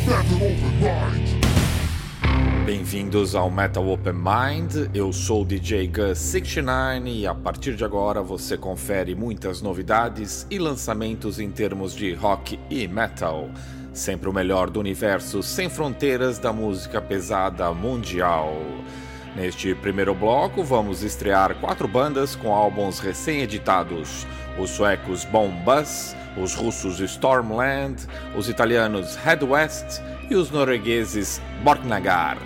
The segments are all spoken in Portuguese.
Bem-vindos ao Metal Open Mind, eu sou o DJ Gus69 e a partir de agora você confere muitas novidades e lançamentos em termos de rock e metal. Sempre o melhor do universo sem fronteiras da música pesada mundial. Neste primeiro bloco vamos estrear 4 bandas com álbuns recém-editados. Os suecos Bombus, os russos Stormland, os italianos Head West e os noruegueses Borknagar.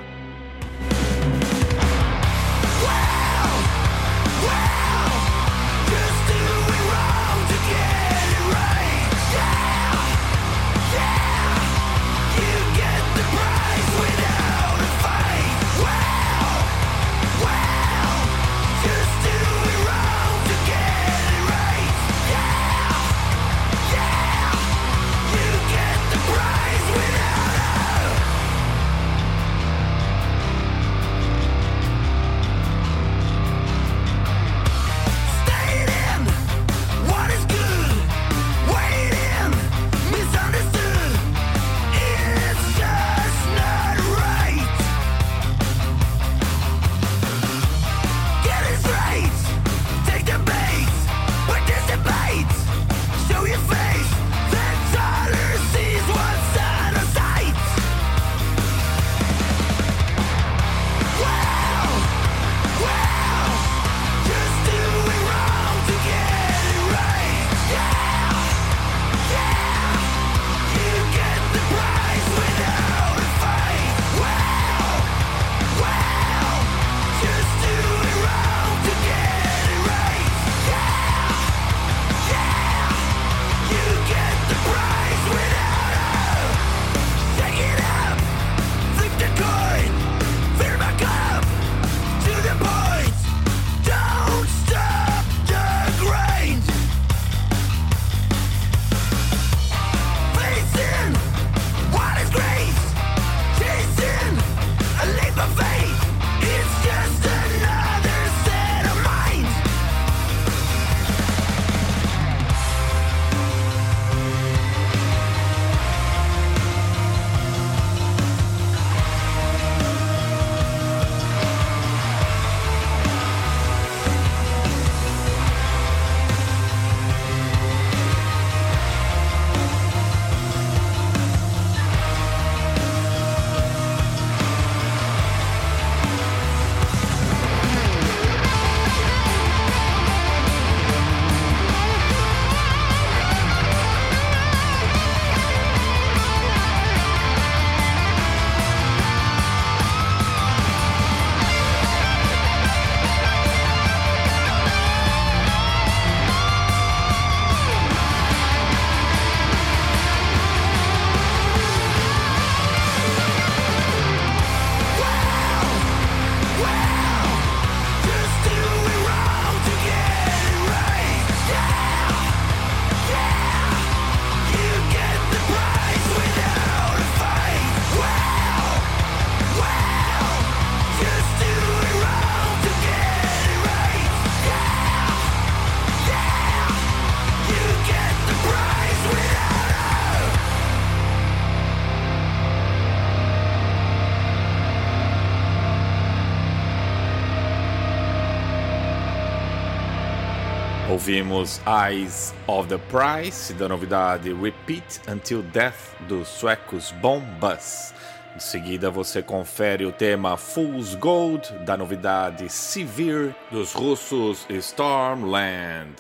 Ouvimos Eyes of the Prize, da novidade Repeat Until Death, dos suecos Bombus. Em seguida você confere o tema Fool's Gold, da novidade Severe, dos russos Stormland.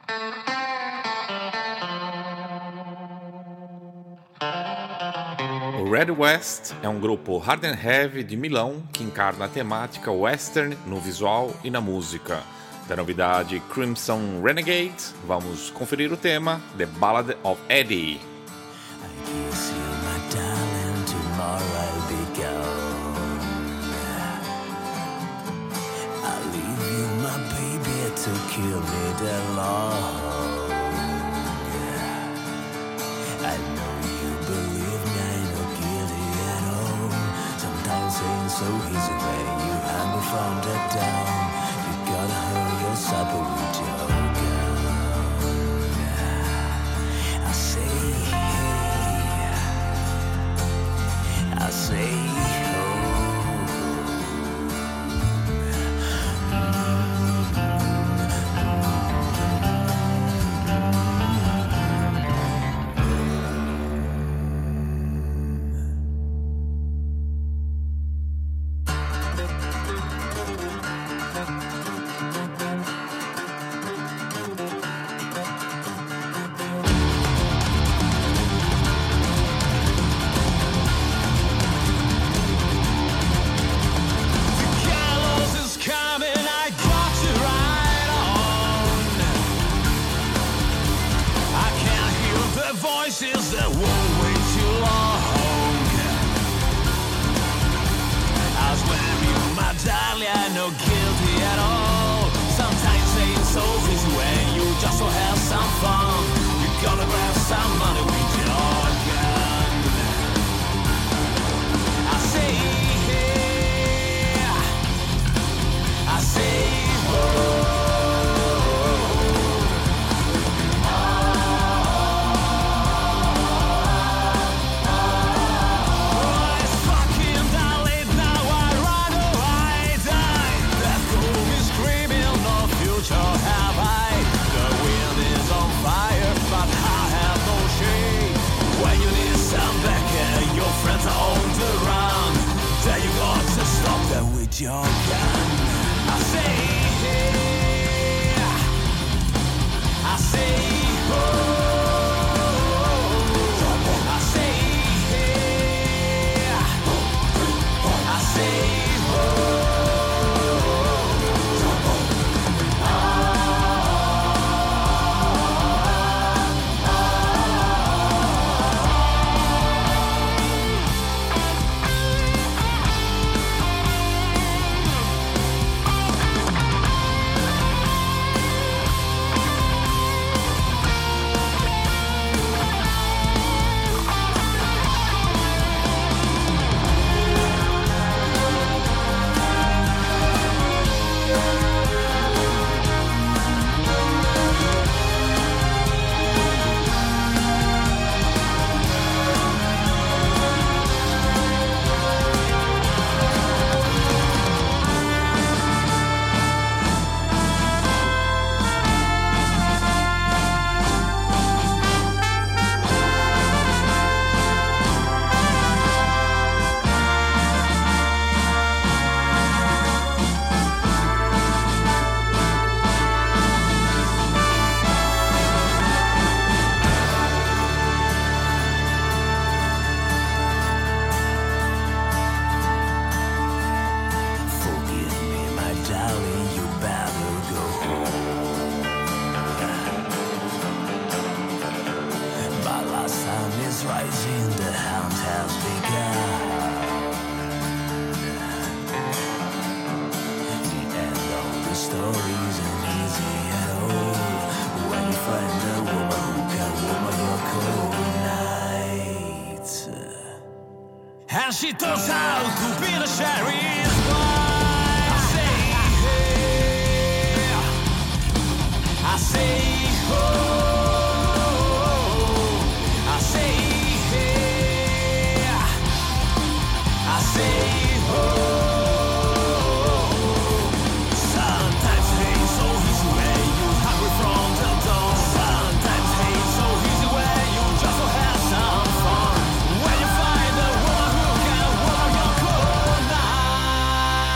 O Red West é um grupo hard and heavy de Milão que encarna a temática western no visual e na música. Da novidade Crimson Renegade, vamos conferir o tema The Ballad of Eddie. To kill me that long. I know you believe me, I'm not guilty at all. Sometimes it's so easy when you hang me from the down. You gotta hurt yourself with your gun. I say, voices that won't wait too long. I swear you, my darling, I'm no guilty at all. Sometimes it's so easy when you just don't have some fun. You gotta grab some money with your gun. I say, oh. Your gun. I say, and she turns out to be the sheriff's wife. I say, sometimes it's so easy when you hungry from the dawn. Sometimes it's so easy when you just don't have some fun. When you find the one who can warm your cold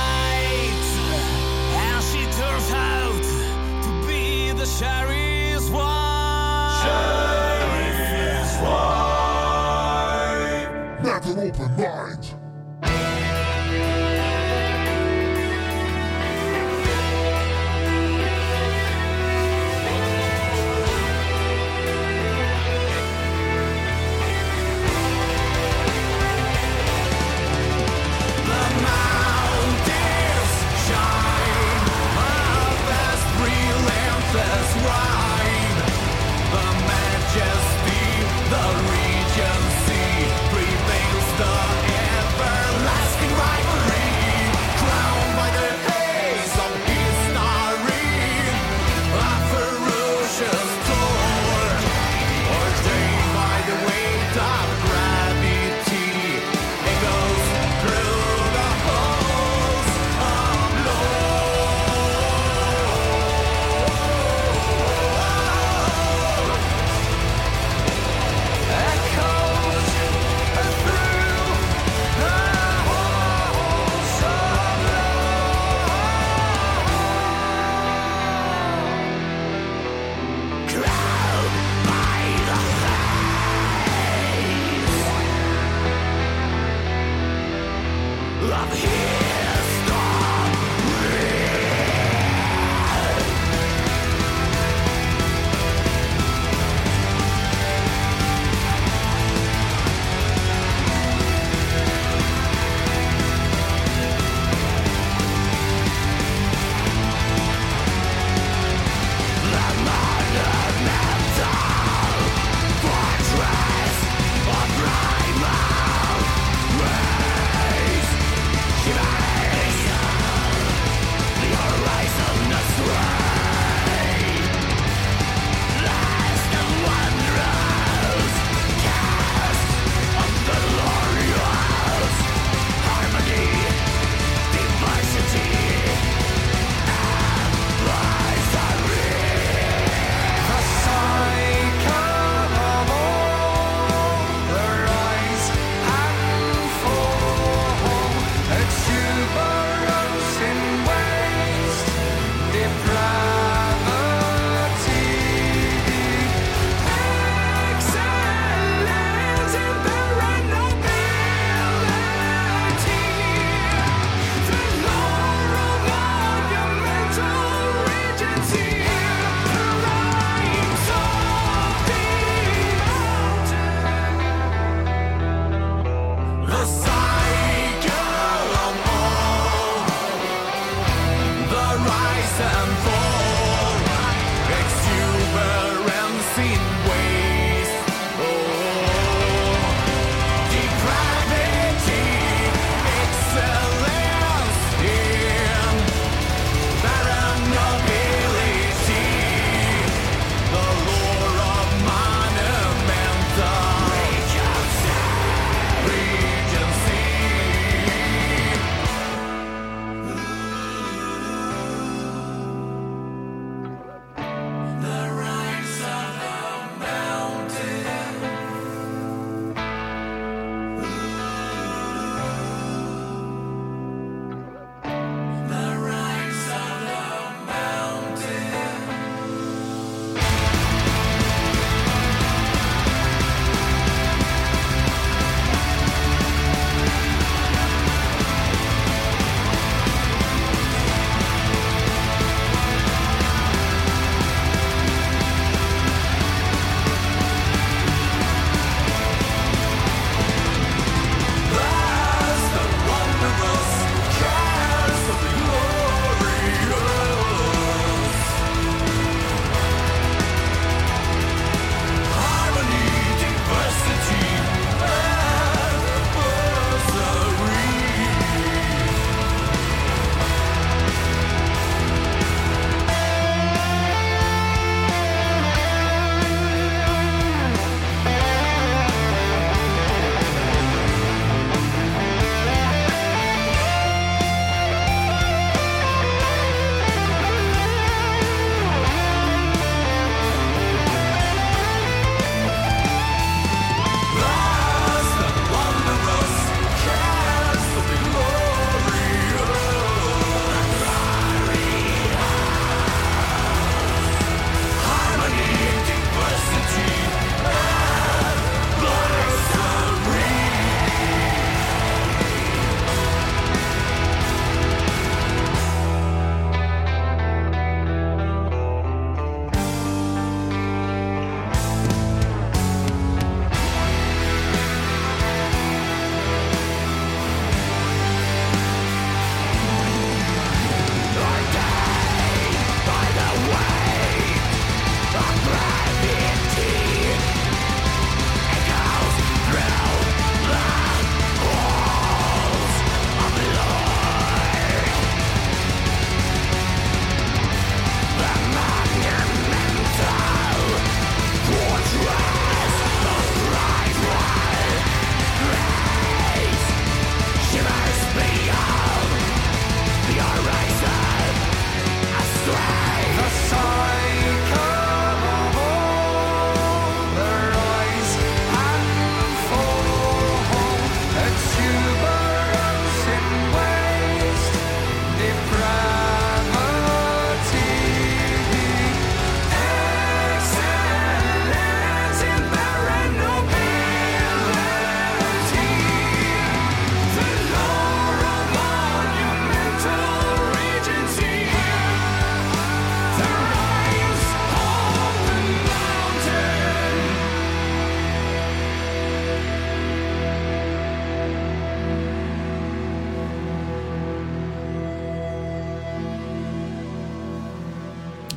night, and she turns out to be the sheriff's an open mind. The Regency prevails the ever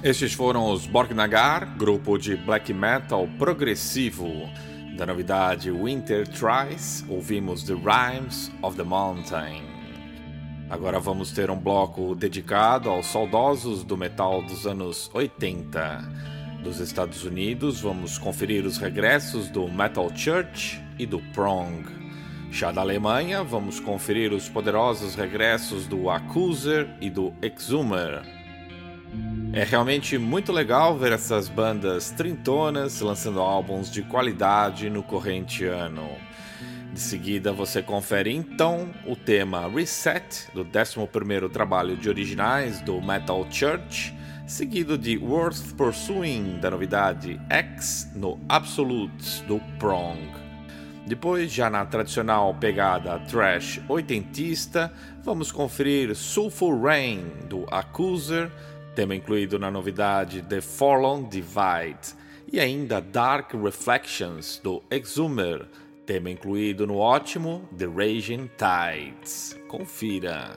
Estes foram os Borknagar, grupo de black metal progressivo. Da novidade Winter Tries, ouvimos The Rhymes of the Mountain. Agora vamos ter um bloco dedicado aos saudosos do metal dos anos 80. Dos Estados Unidos, vamos conferir os regressos do Metal Church e do Prong. Já da Alemanha, vamos conferir os poderosos regressos do Accuser e do Exhumer. É realmente muito legal ver essas bandas trintonas lançando álbuns de qualidade no corrente ano. De seguida você confere então o tema Reset, do 11º trabalho de originais do Metal Church, seguido de Worth Pursuing, da novidade X, no Absolutes, do Prong. Depois, já na tradicional pegada thrash oitentista, vamos conferir Soulful Rain, do Accuser, tema incluído na novidade The Forlorn Divide, e ainda Dark Reflections, do Exhumer, tema incluído no ótimo The Raging Tides. Confira!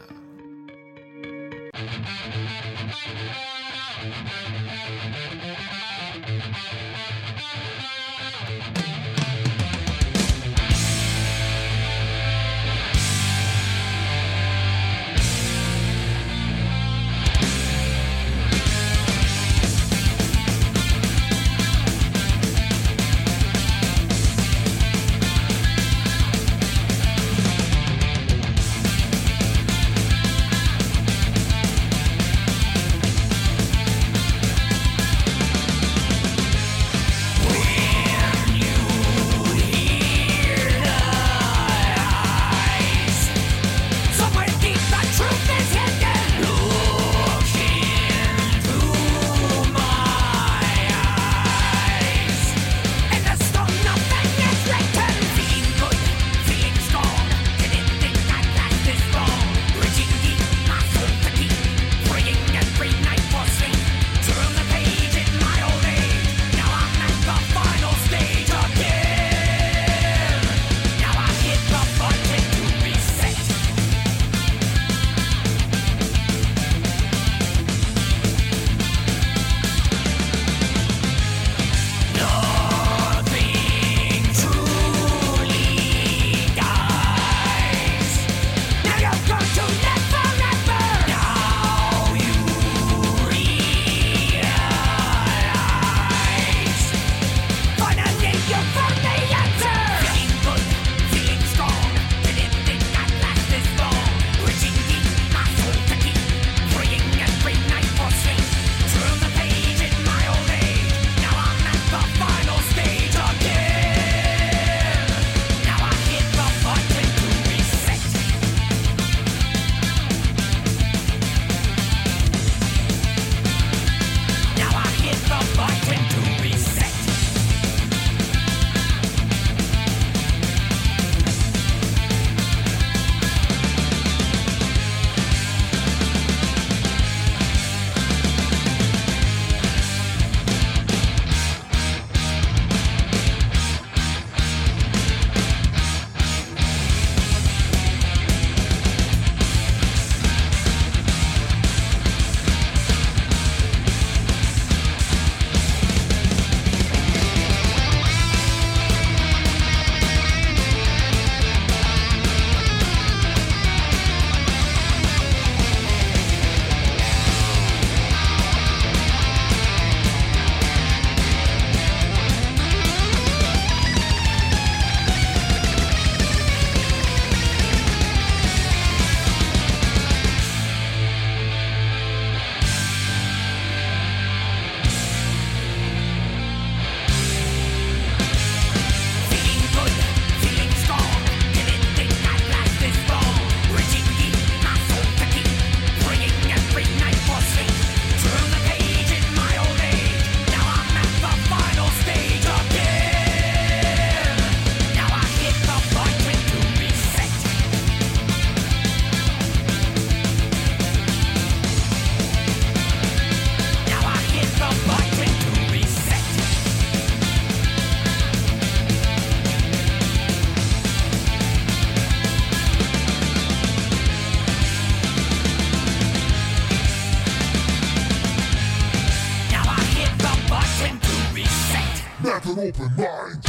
When you an open mind.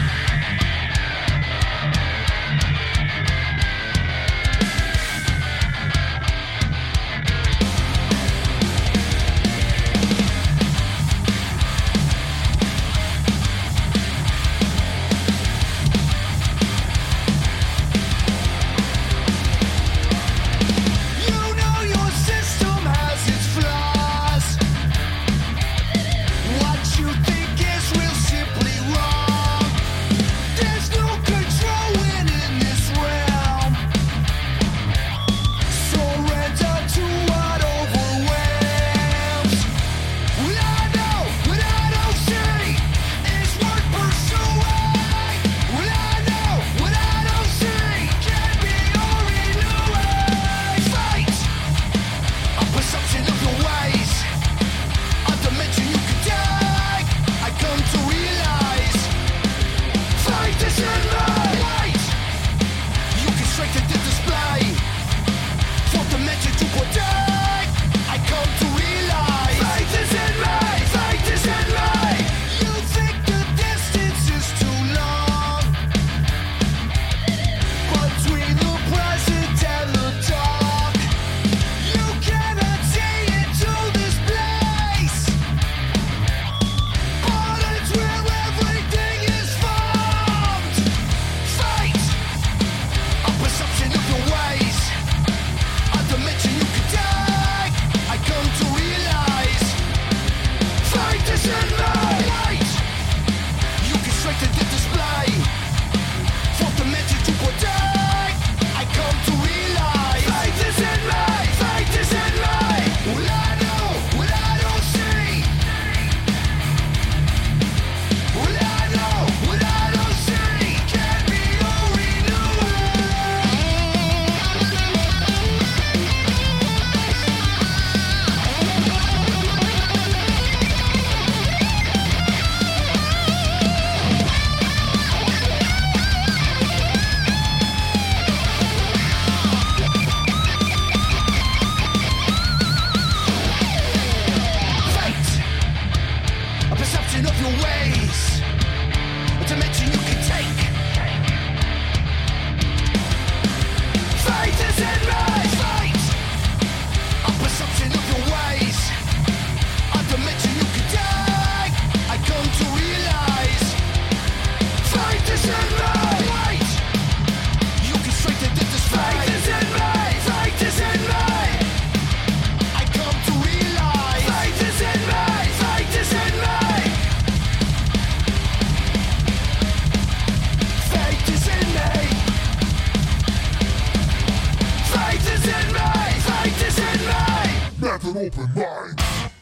Open mind.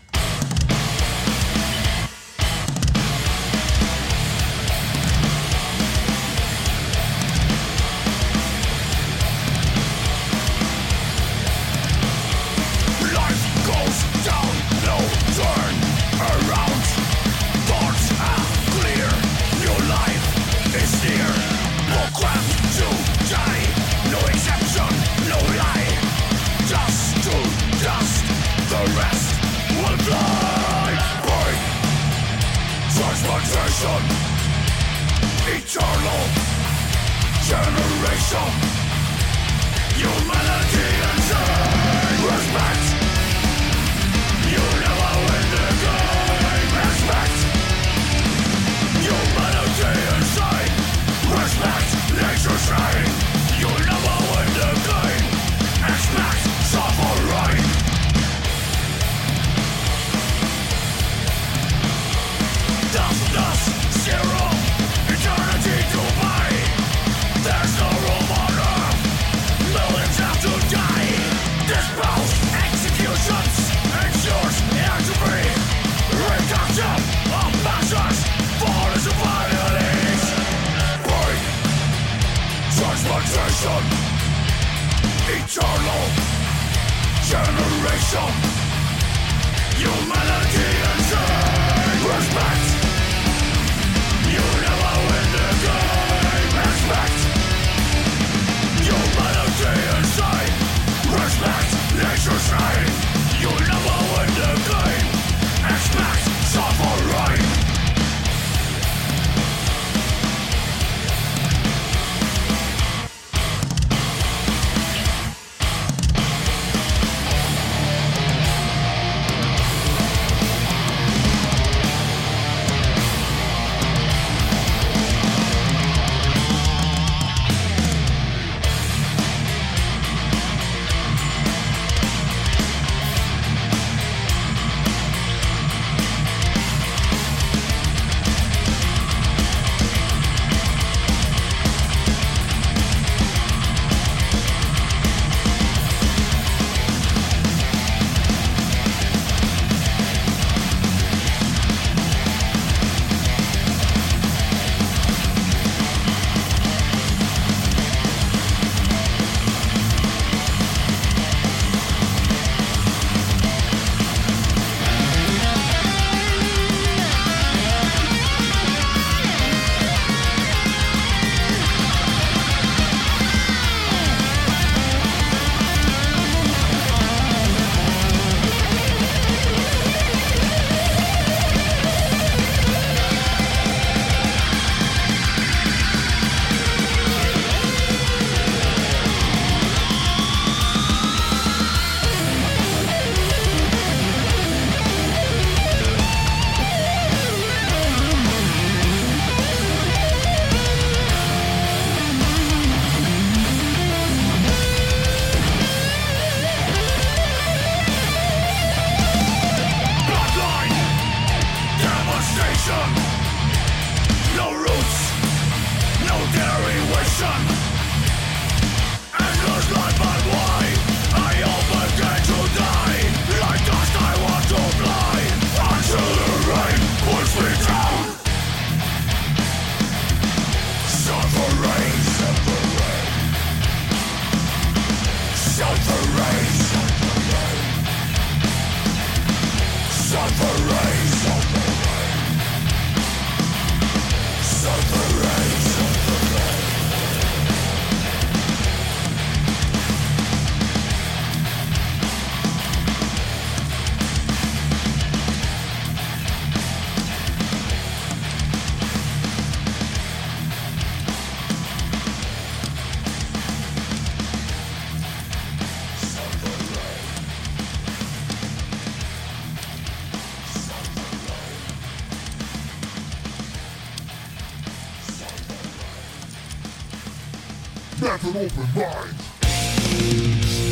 Eternal generation, humanity inside. Respect, you never win the game. Respect, humanity inside. Respect, nature's reign. You never win the game. Expect suffering. Dust, zero. Eternity to buy. There's no room on earth. Millions have to die. Dispels, executions, ensures air to breathe. Reduction of masses for the survivalities. Break, transplantation. Eternal generation. Humanity insane. Respect. You never win the game. Expect humanity inside. Respect nature's reign. You never win the game. Expect suffering. Have an open mind.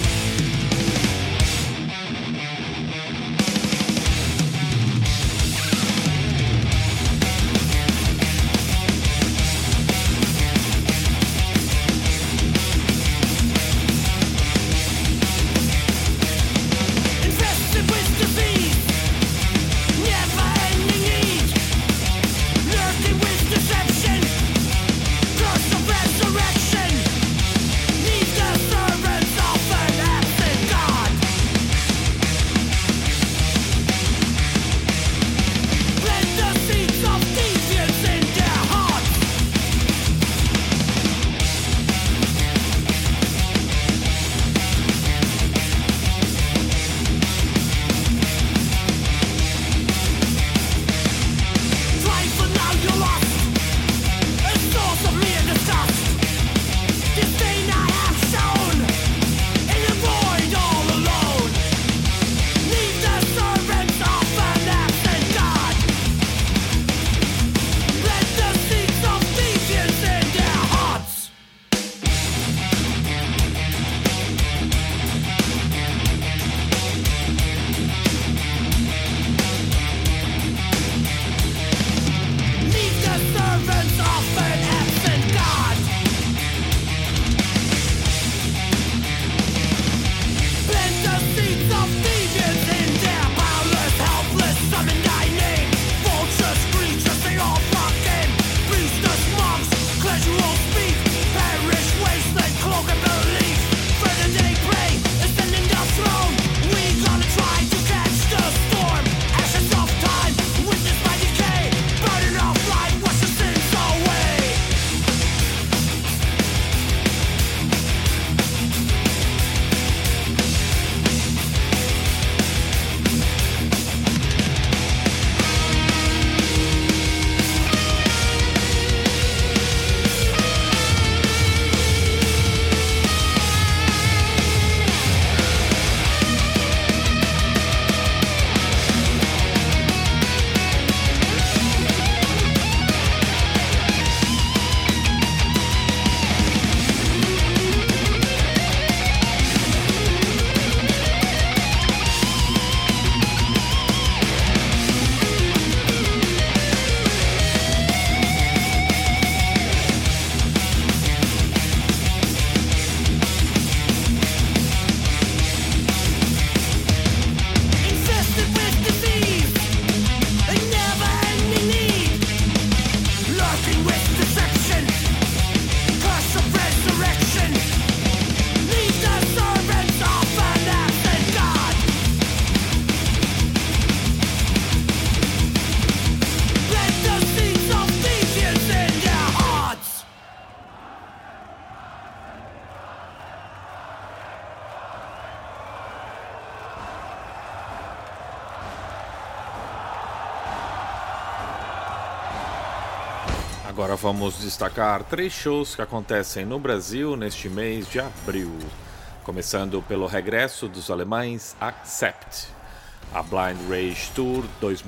Agora vamos destacar 3 shows que acontecem no Brasil neste mês de abril. Começando pelo regresso dos alemães Accept. A Blind Rage Tour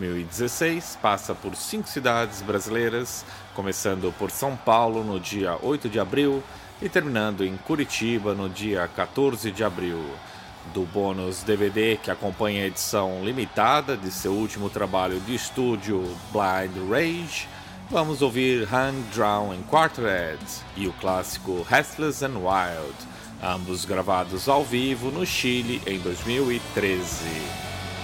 2016 passa por 5 cidades brasileiras, começando por São Paulo no dia 8 de abril e terminando em Curitiba no dia 14 de abril. Do bônus DVD que acompanha a edição limitada de seu último trabalho de estúdio Blind Rage, Vamos ouvir Hang Drawn and Quartet e o clássico Restless and Wild, ambos gravados ao vivo no Chile em 2013.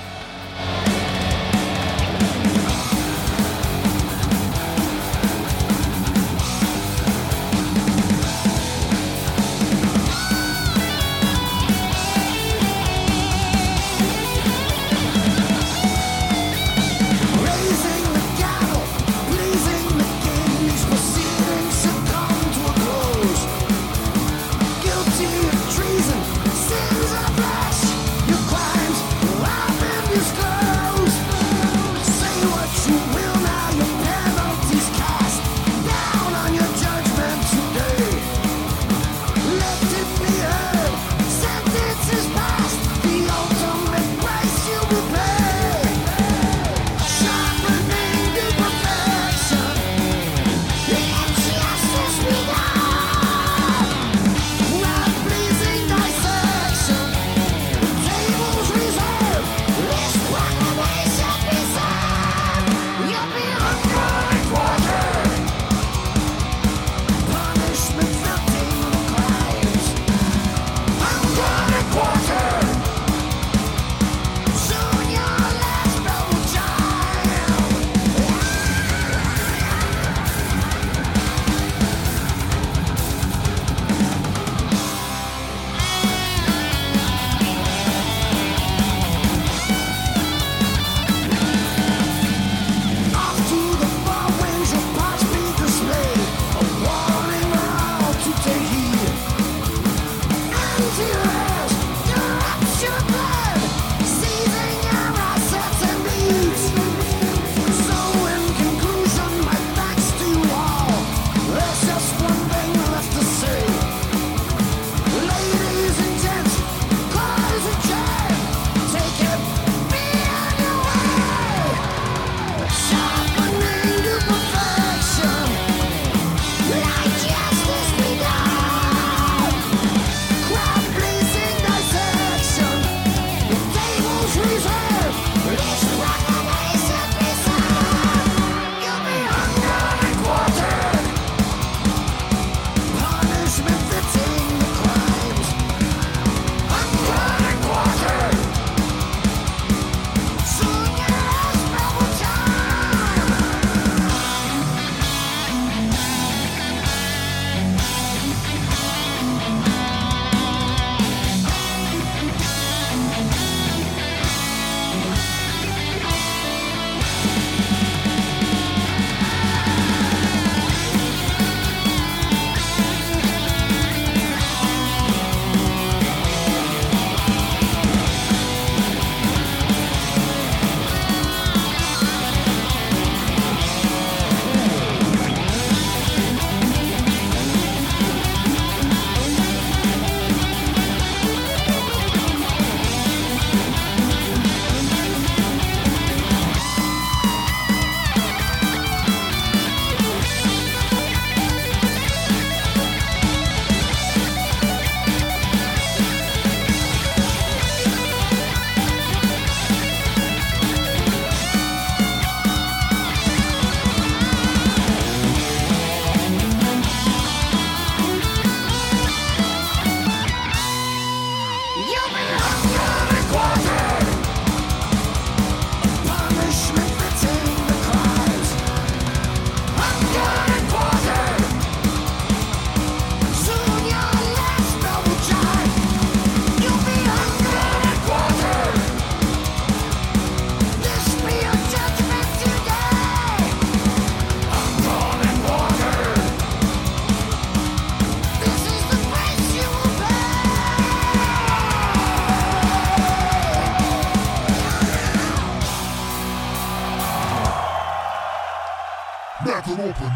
Metal Open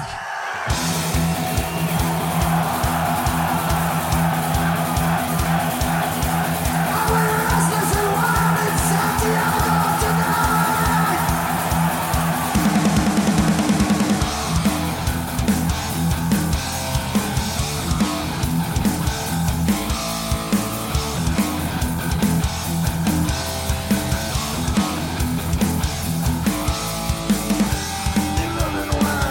Mind. Living wild.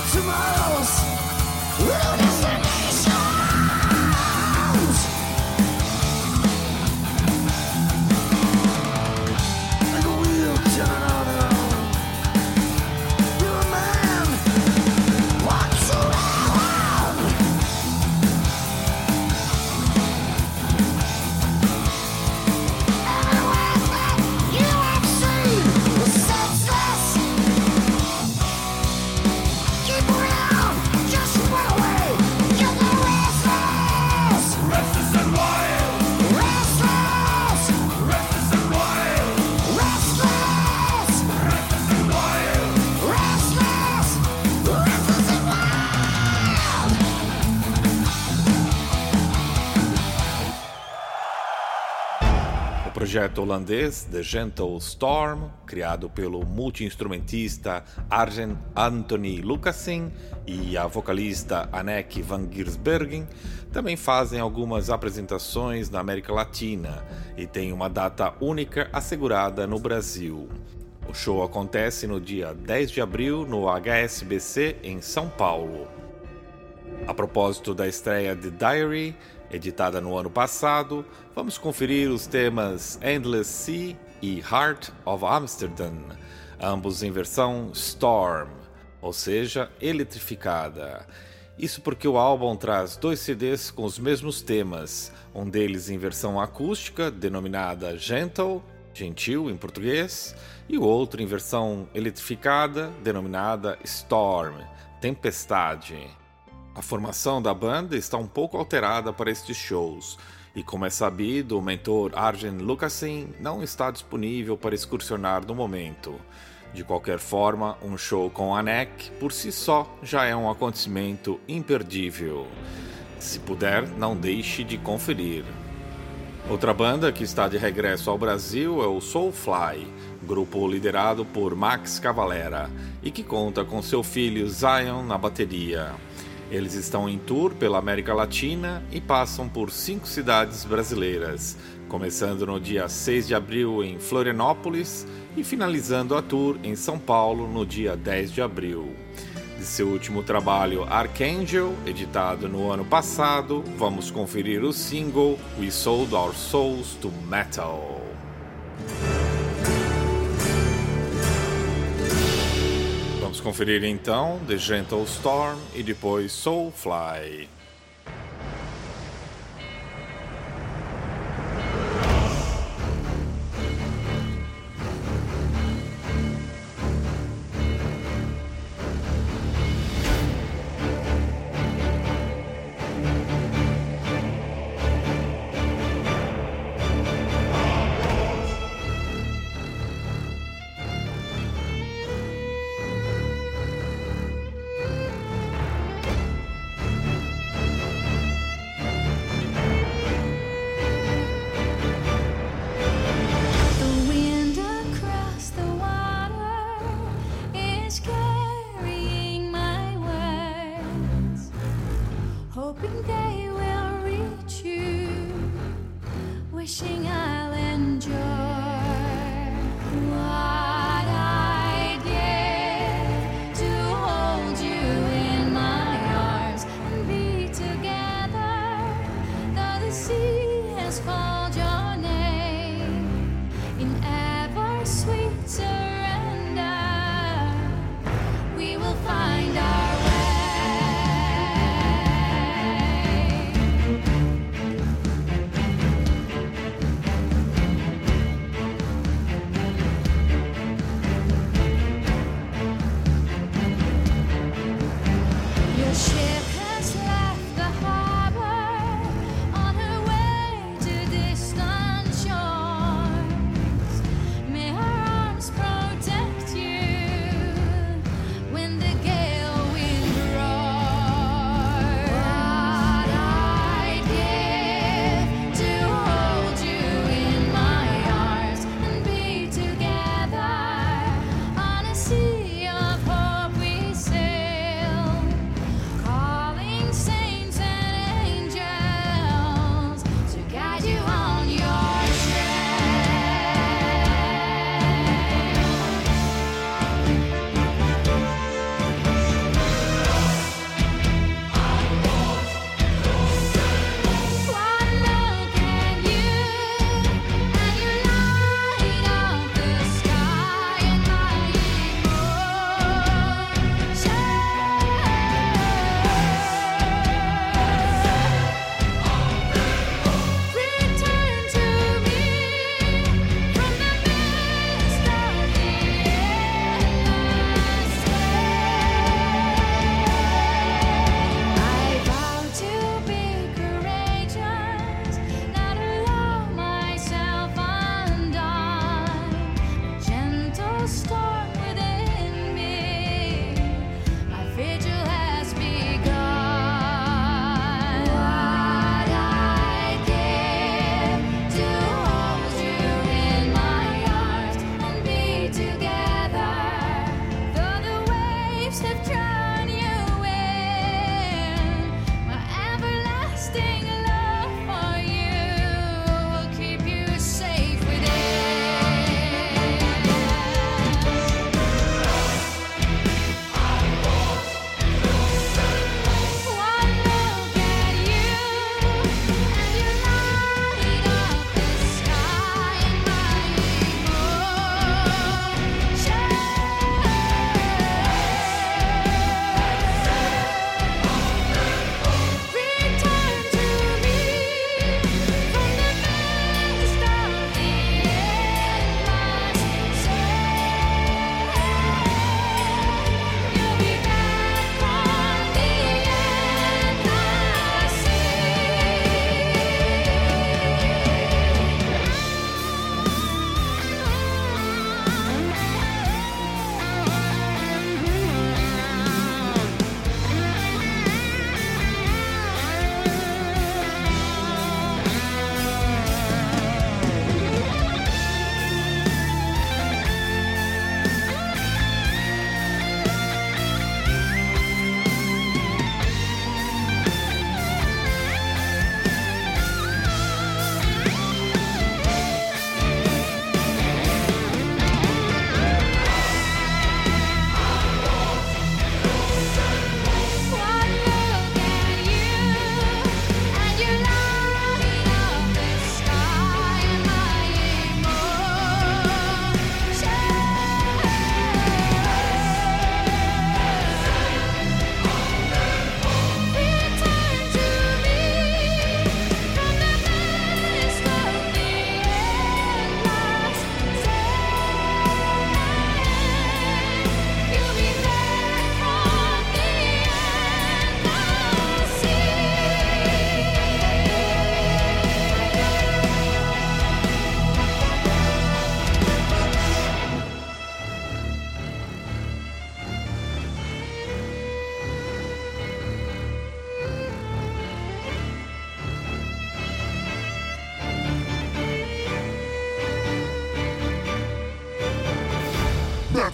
O projeto holandês The Gentle Storm, criado pelo multi-instrumentista Arjen Anthony Lucassen e a vocalista Anneke van Giersbergen, também fazem algumas apresentações na América Latina e tem uma data única assegurada no Brasil. O show acontece no dia 10 de abril no HSBC em São Paulo. A propósito da estreia de Diary, editada no ano passado, vamos conferir os temas Endless Sea e Heart of Amsterdam, ambos em versão Storm, ou seja, eletrificada. Isso porque o álbum traz 2 CDs com os mesmos temas, um deles em versão acústica, denominada Gentle, gentil em português, e o outro em versão eletrificada, denominada Storm, tempestade. A formação da banda está um pouco alterada para estes shows, e como é sabido, o mentor Arjen Lucassen não está disponível para excursionar no momento. De qualquer forma, um show com Anneke por si só já é um acontecimento imperdível. Se puder, não deixe de conferir. Outra banda que está de regresso ao Brasil é o Soulfly, grupo liderado por Max Cavalera, e que conta com seu filho Zion na bateria. Eles estão em tour pela América Latina e passam por 5 cidades brasileiras, começando no dia 6 de abril em Florianópolis e finalizando a tour em São Paulo no dia 10 de abril. De seu último trabalho Archangel, editado no ano passado, vamos conferir o single We Sold Our Souls to Metal. Vamos conferir então The Gentle Storm e depois Soulfly.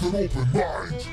with an open mind.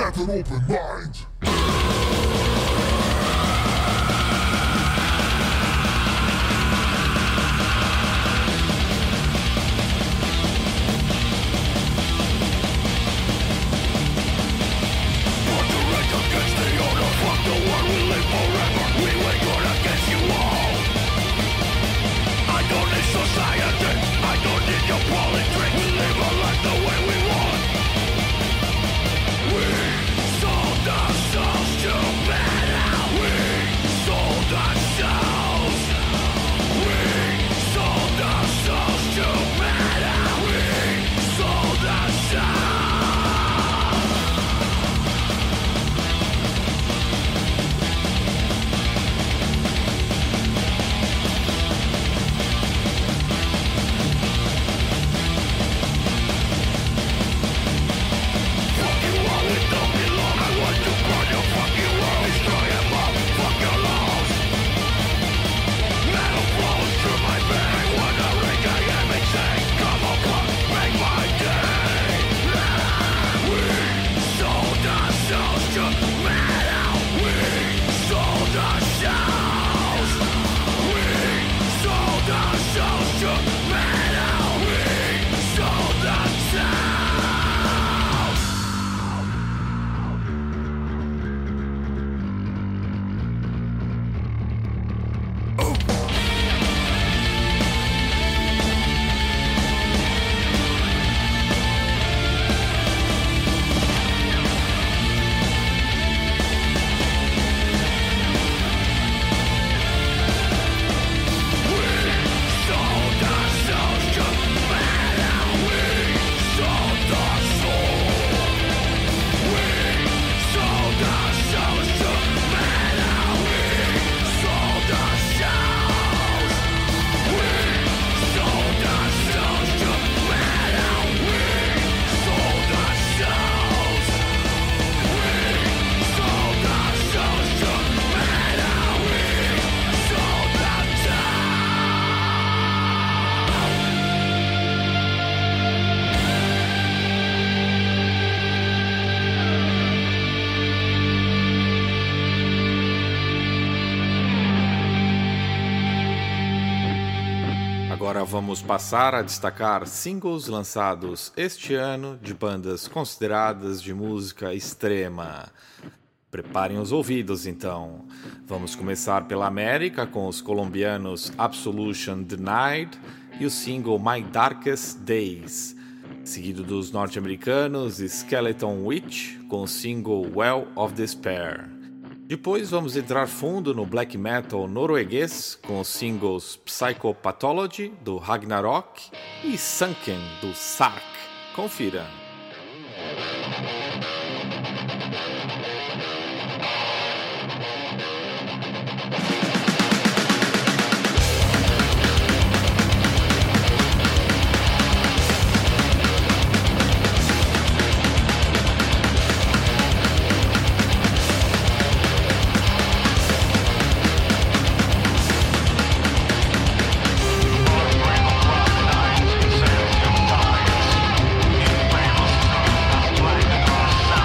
Have an open mind. Agora vamos passar a destacar singles lançados este ano de bandas consideradas de música extrema. Preparem os ouvidos, então. Vamos começar pela América com os colombianos Absolution Denied e o single My Darkest Days, seguido dos norte-americanos Skeleton Witch com o single Well of Despair. Depois vamos entrar fundo no black metal norueguês com os singles Psychopathology, do Ragnarok, e Sunken, do Sark. Confira. Sound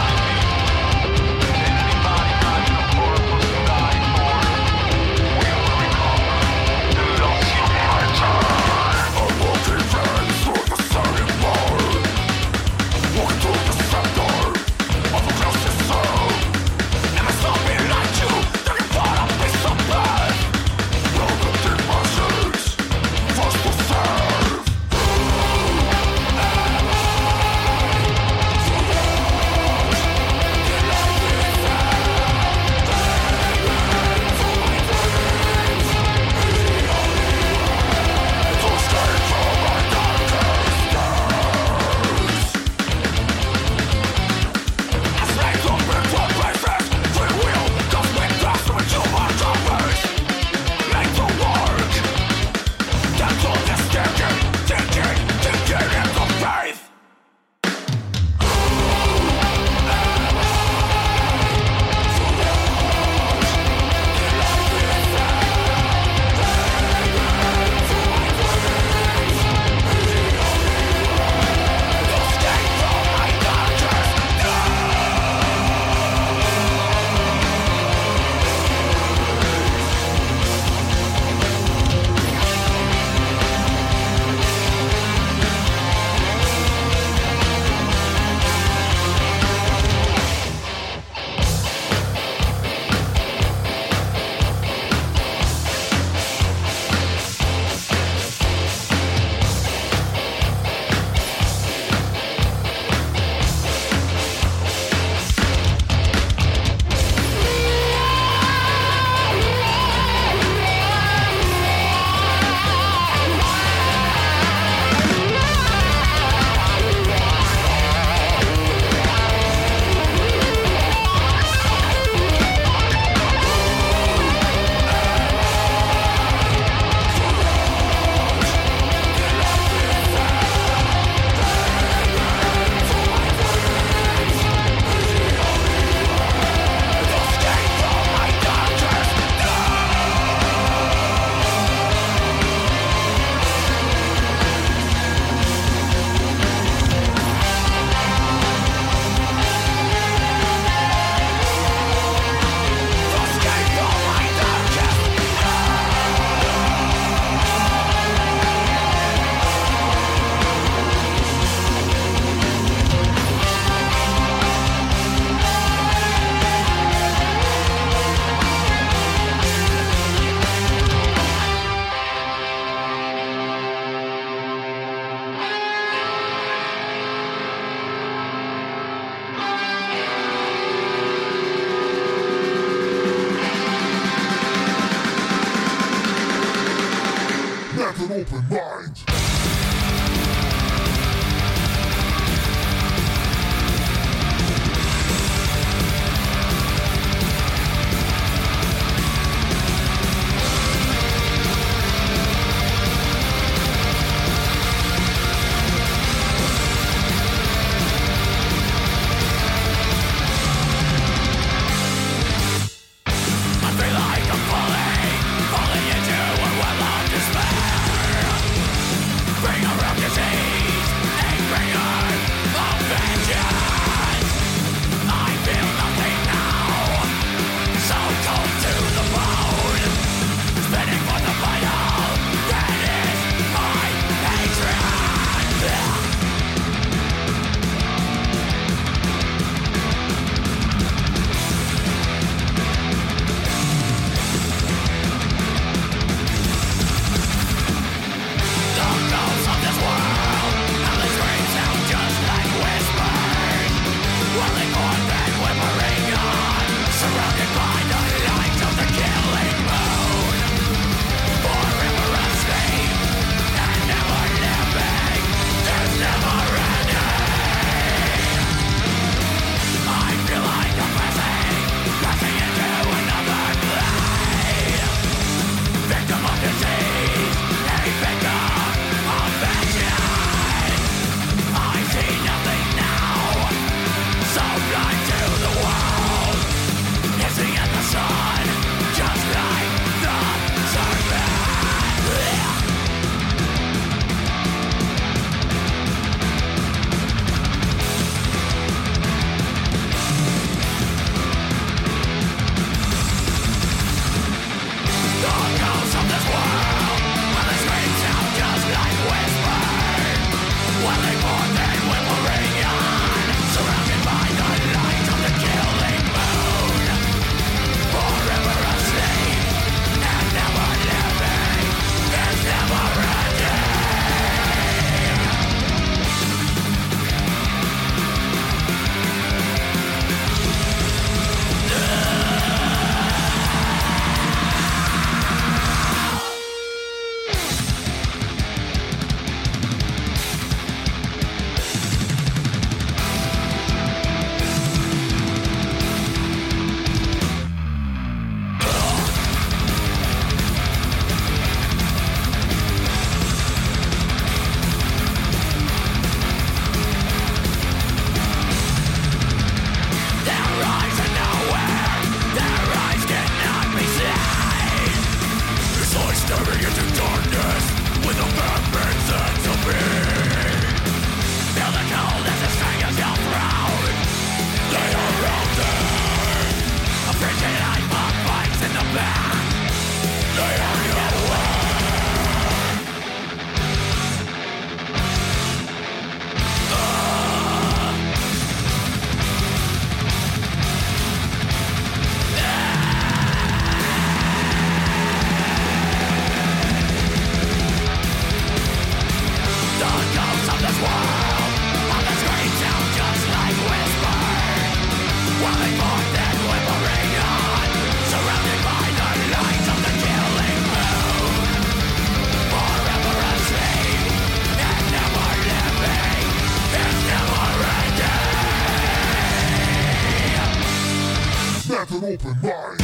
open mind.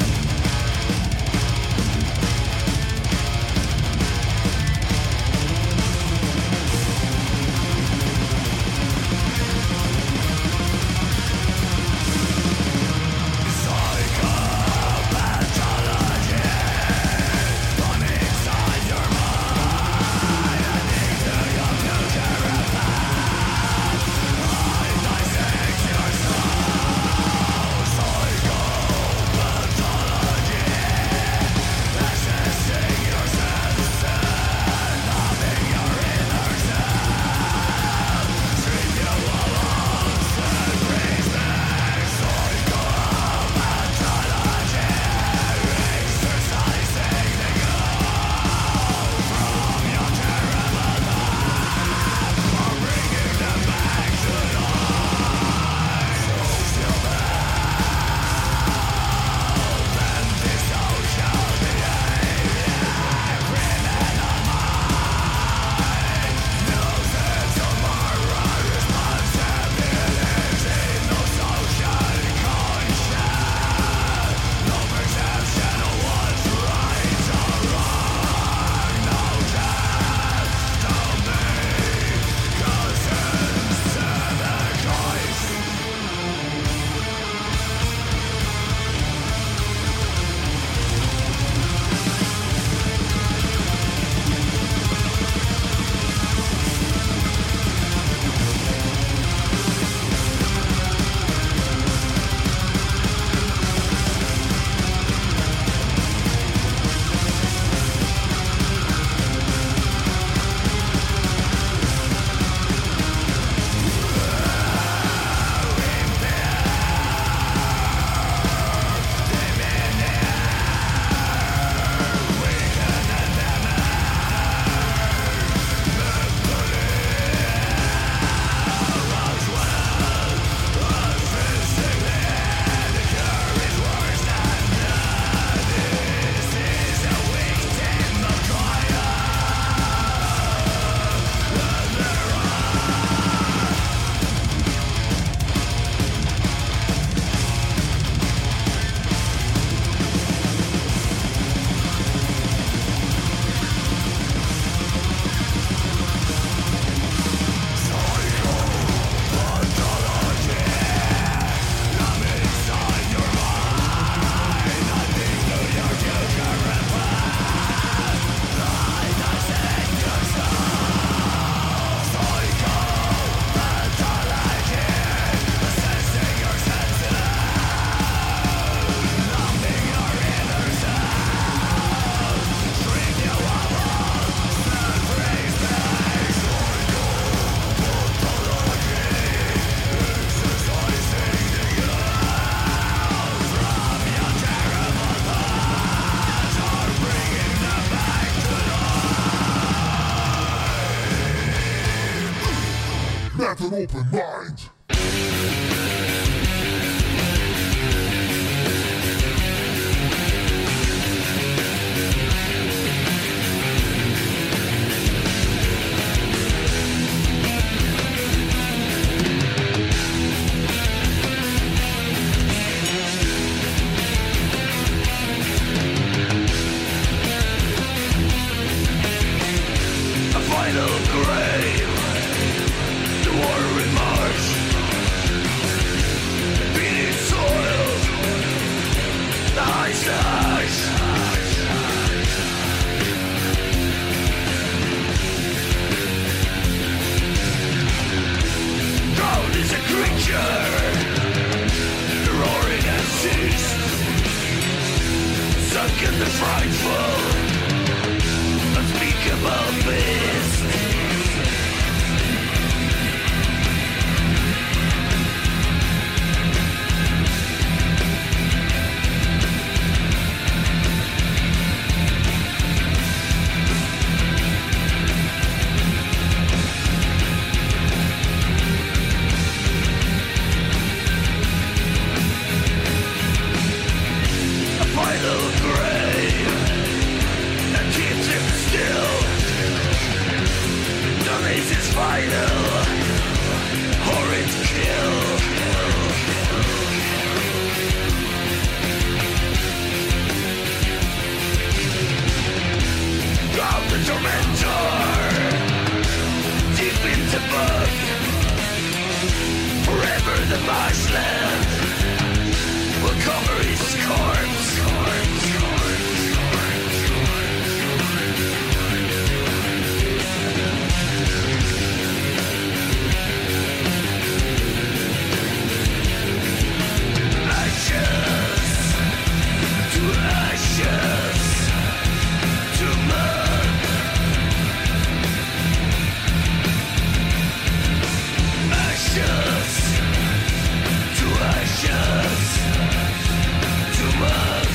An open mind. A final grave. War in Mars. the marshland will cover his corpse. Ashes to ashes to mud. Ashes to ashes to mud.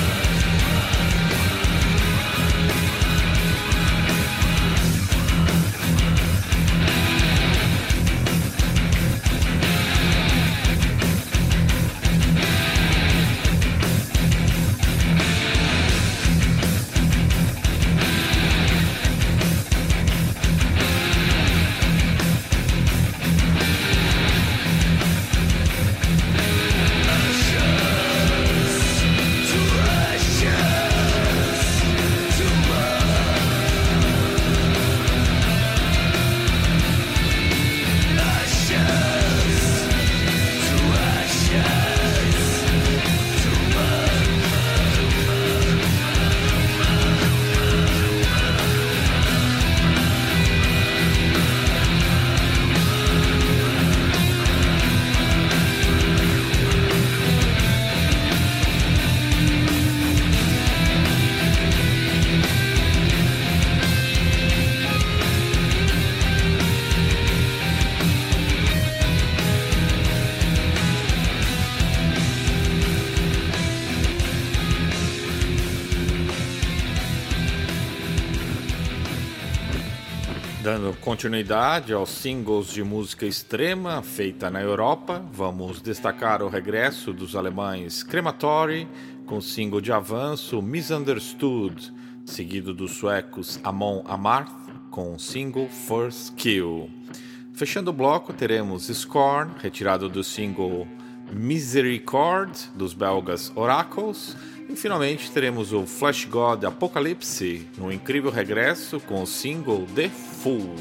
Dando continuidade aos singles de música extrema feita na Europa, vamos destacar o regresso dos alemães Crematory com o single de avanço Misunderstood, seguido dos suecos Amon Amarth com o single First Kill. Fechando o bloco teremos Scorn, retirado do single Misericorde dos belgas Oracles. E finalmente teremos o Flash God Apocalypse no incrível regresso com o single The Fool.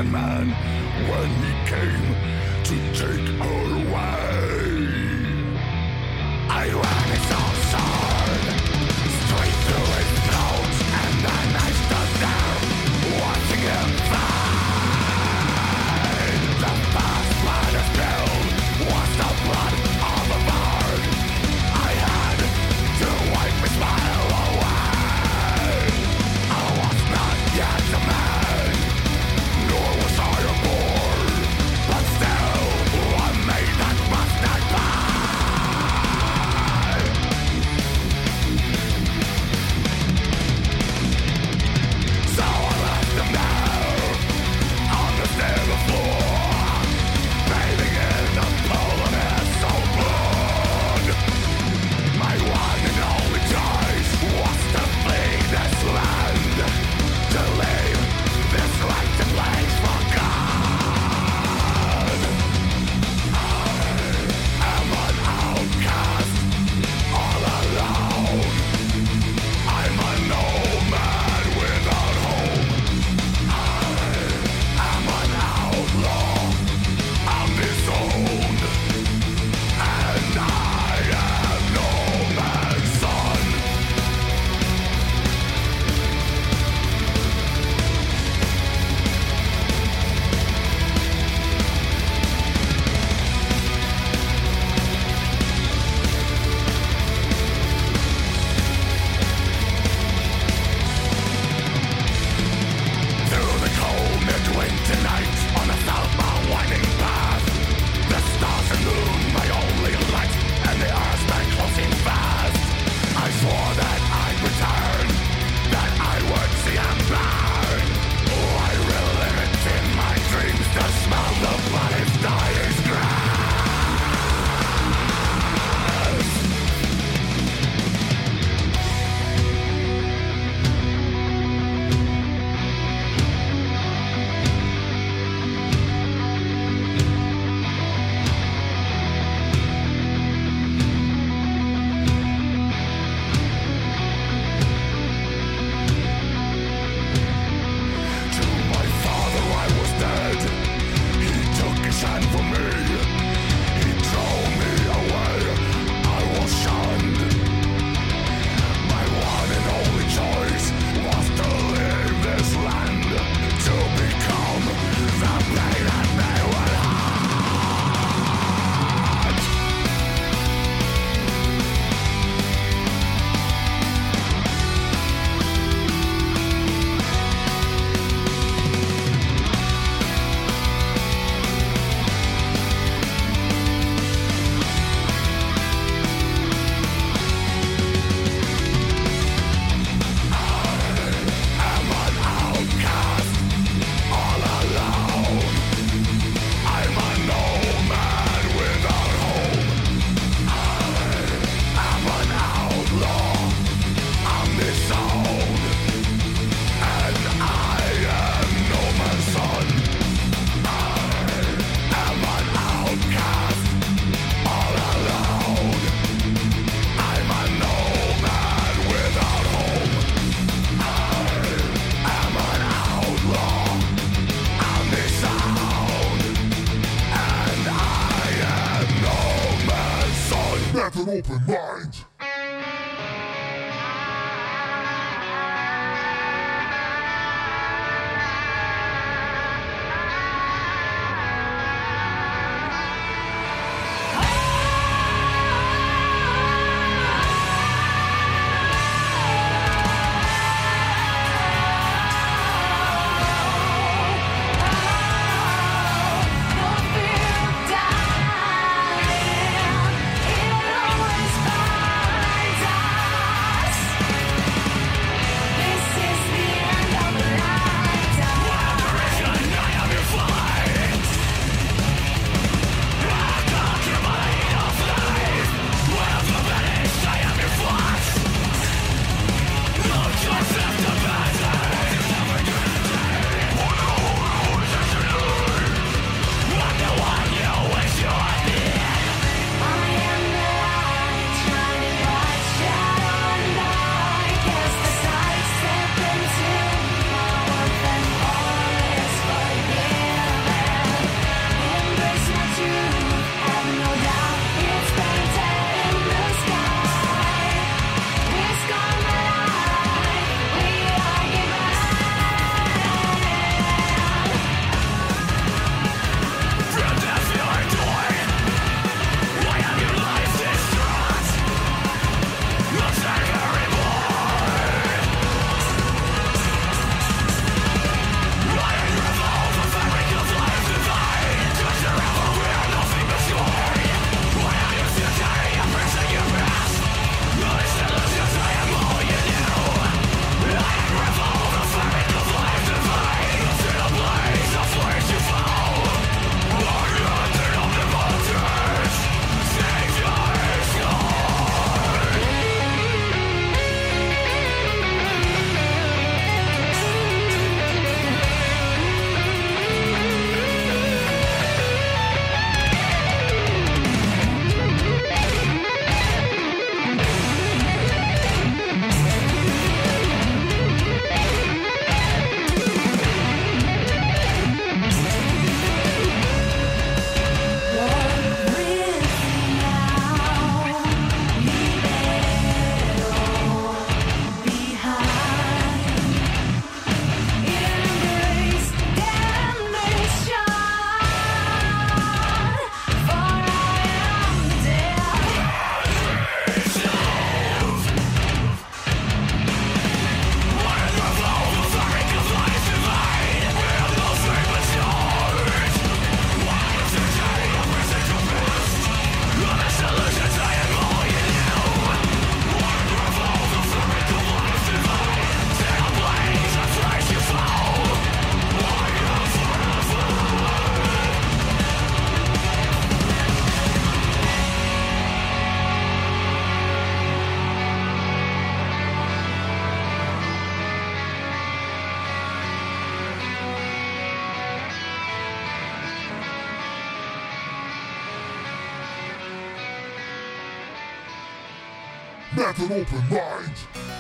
Satan man when he came to take her away. I ran his own sword straight through his throat, and then I stood there watching him fight. The first blood I spilled was the blood of a bird. I had to wipe my smile away. I was not yet a man, nor was I a boy, but still I made that bastard pie. So I left him there on the stable floor, bathing in the pool of his own blood. My one and only choice was to flee this land, to leave this wretched place for God. I am an outcast, all alone. I'm a nomad without home. I am an outlaw, I'm disowned, and I am no man's son. Through the cold midwinter night, on a southbound winding path, the stars and moon my only light, and the earth been closing fast. I swore that I'd return, that I would see him burn. Oh, I relive it in my dreams to smell the blood is dying grass. To my father I was dead. He took his hand from me. He drove me away. I was shunned. My one and only choice was to leave this land, to become the pain that they would hide. I'm an outcast, all alone. I'm a nomad without home. I'm an outlaw, I'm disowned, and I am no man's son. I'm an outcast, all alone. I'm a nomad without home. I'm an outlaw, I'm disowned, and I am no man's son. That's an open mind. Don't feel dying, it always Metal Open Mind.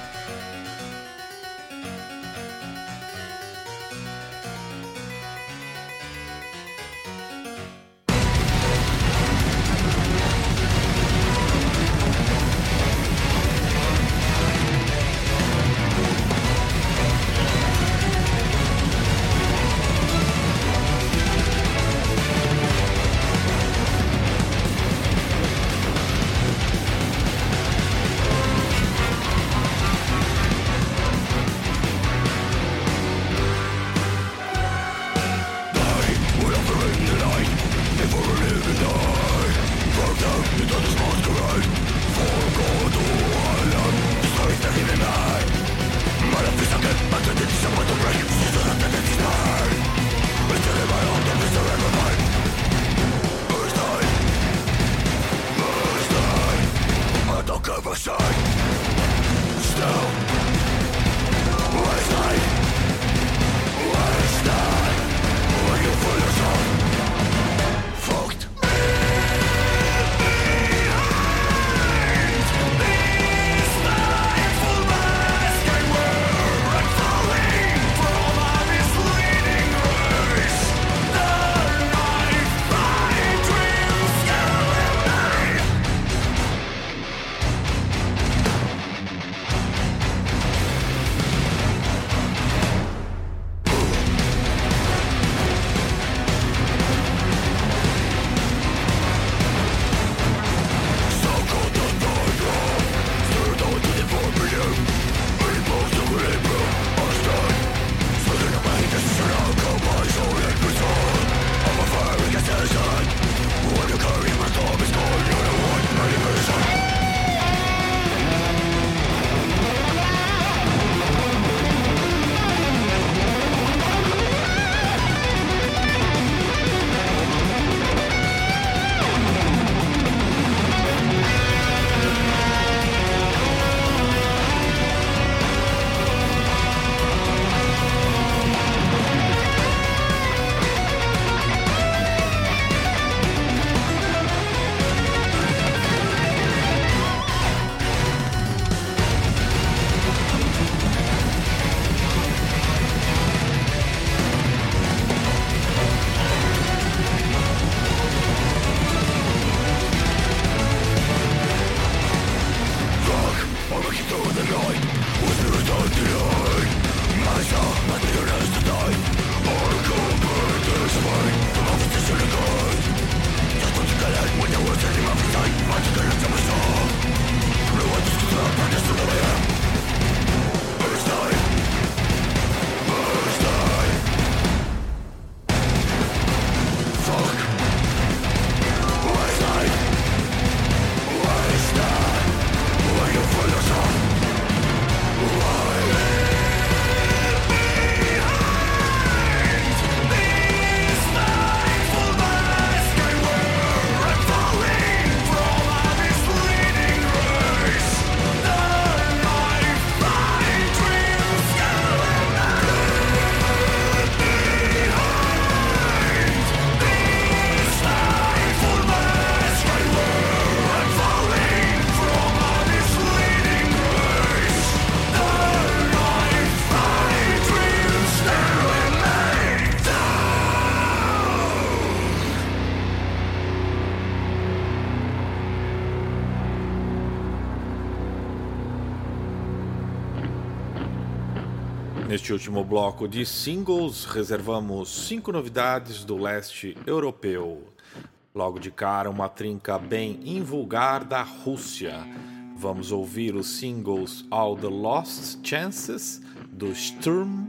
Neste último bloco de singles, reservamos 5 novidades do leste europeu. Logo de cara, uma trinca bem invulgar da Rússia. Vamos ouvir os singles All the Lost Chances, do Sturm,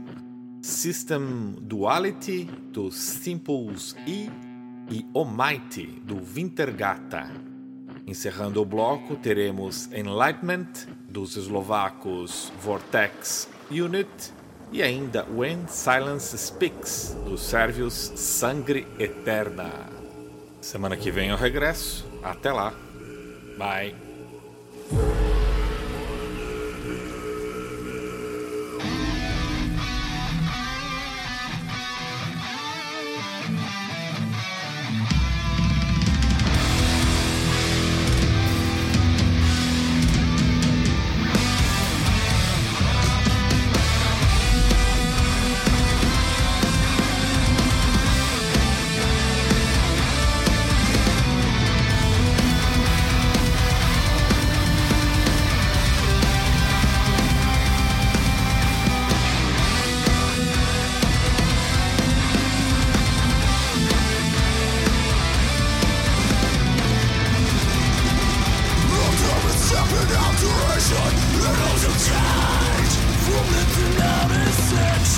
System Duality, do Simples E, e Almighty, do Wintergata. Encerrando o bloco, teremos Enlightenment, dos eslovacos Vortex Unit, e ainda When Silence Speaks, dos sérvios Sangre Eterna. Semana que vem eu regresso. Até lá. Bye.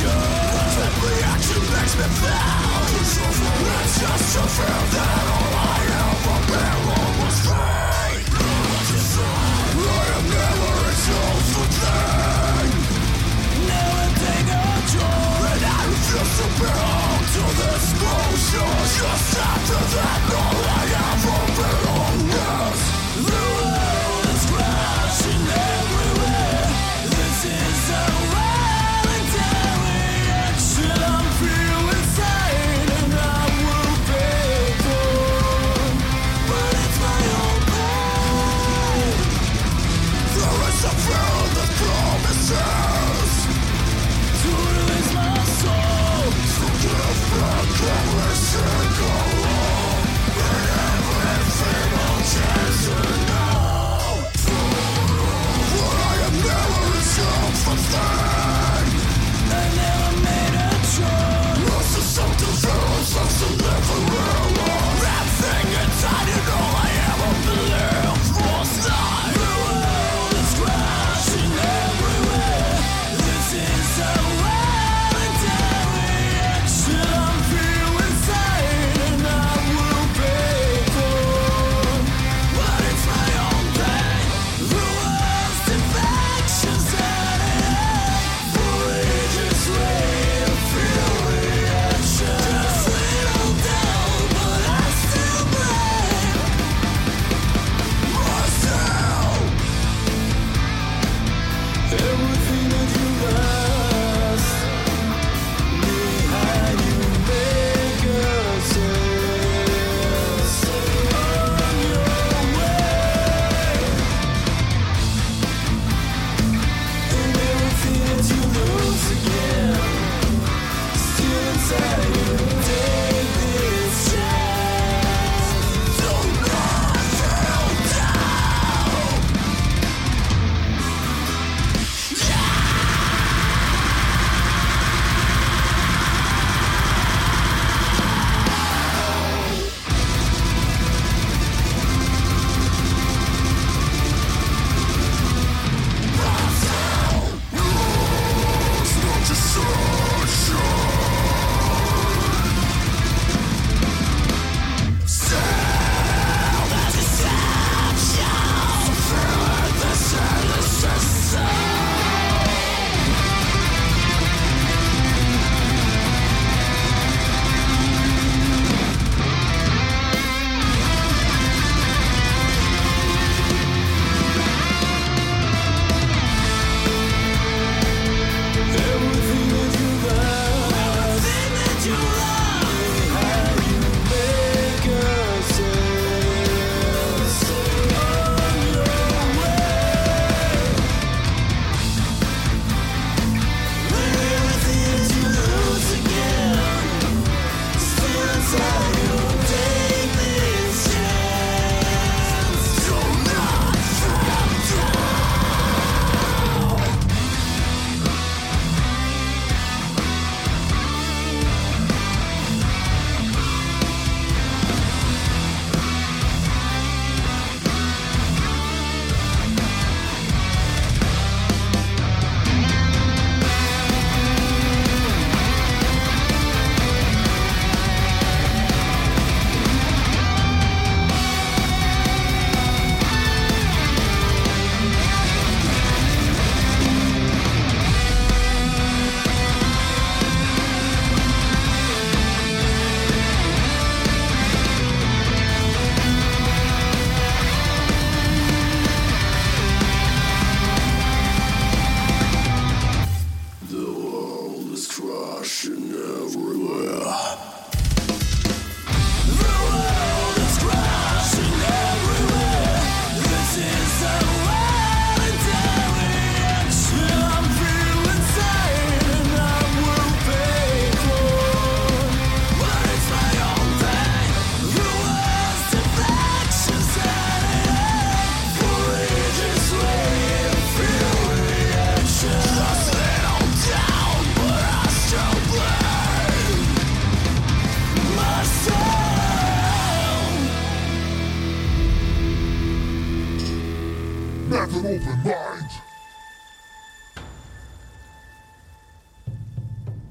Have an open mind.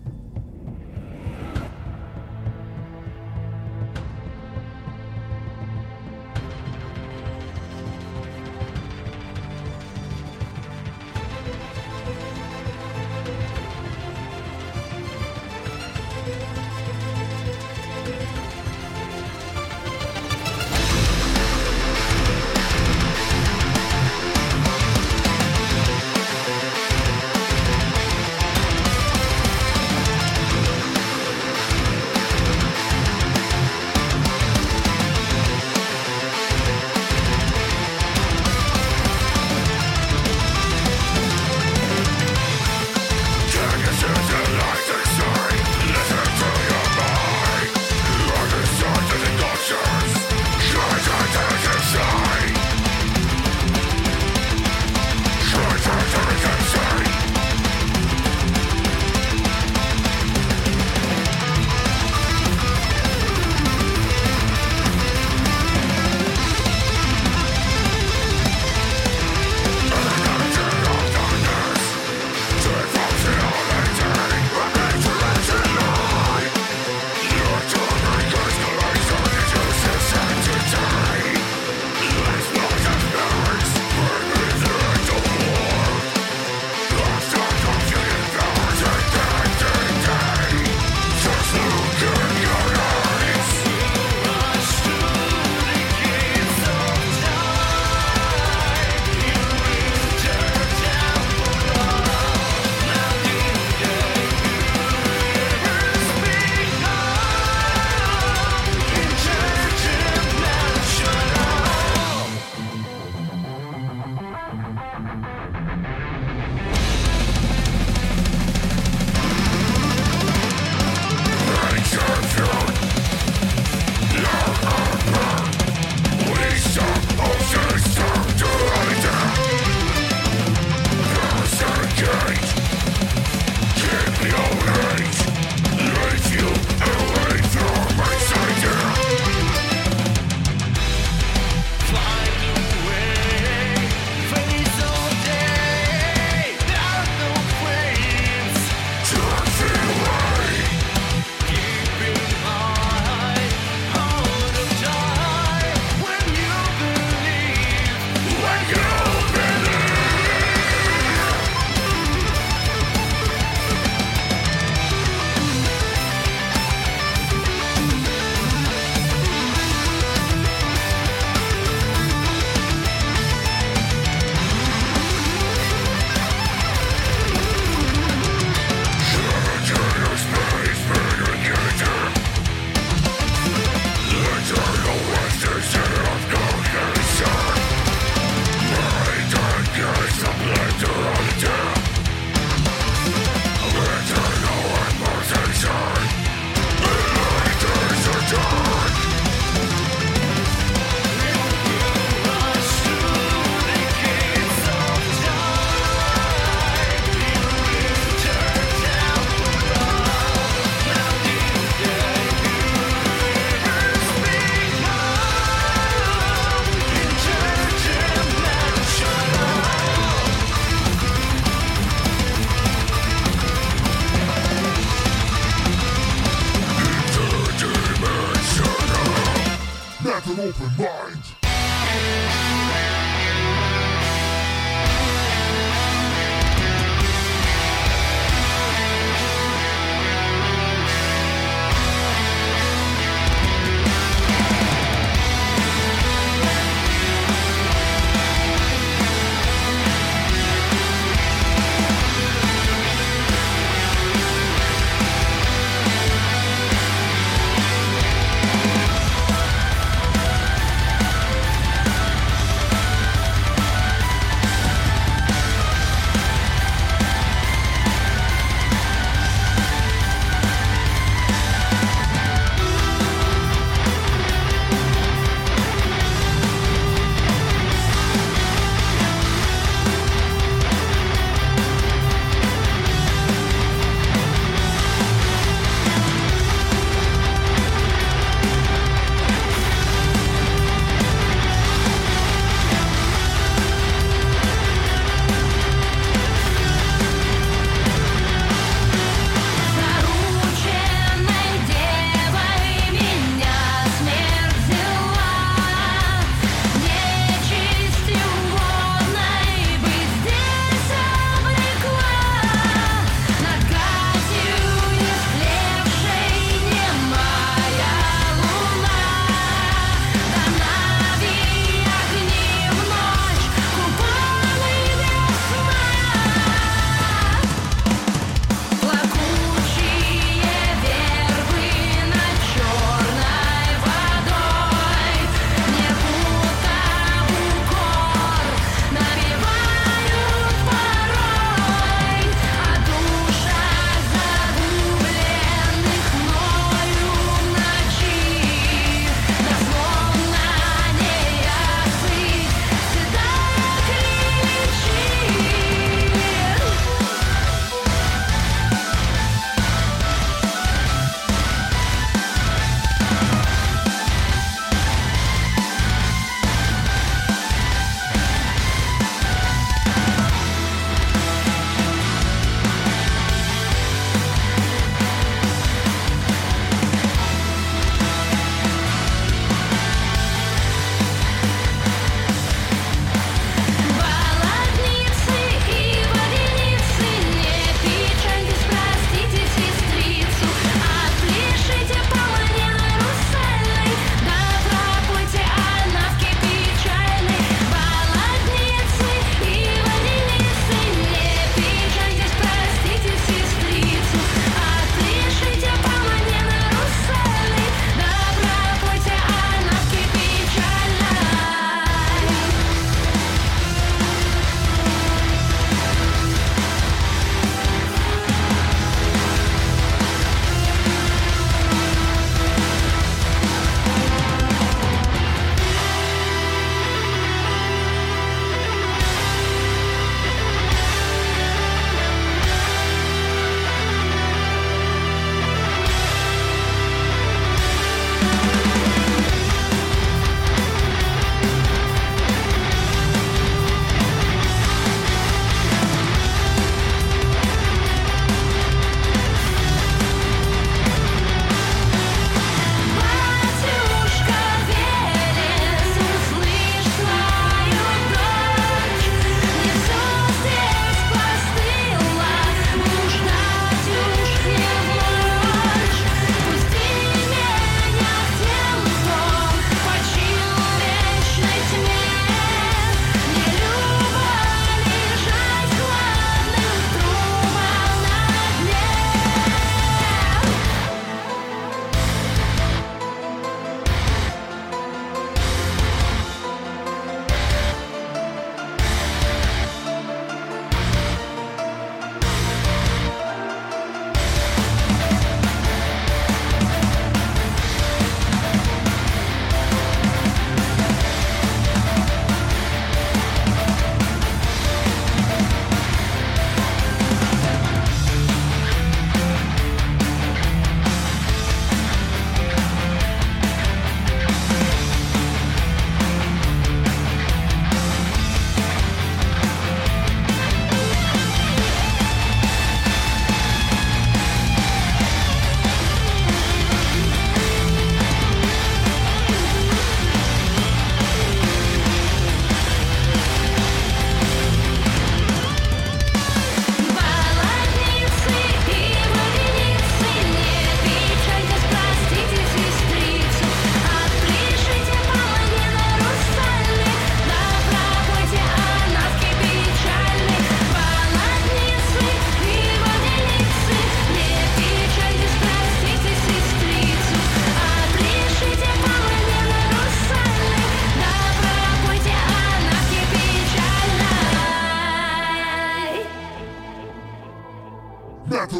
blind.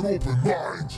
an open mind.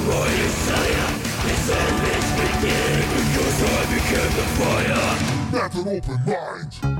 That's an open mind.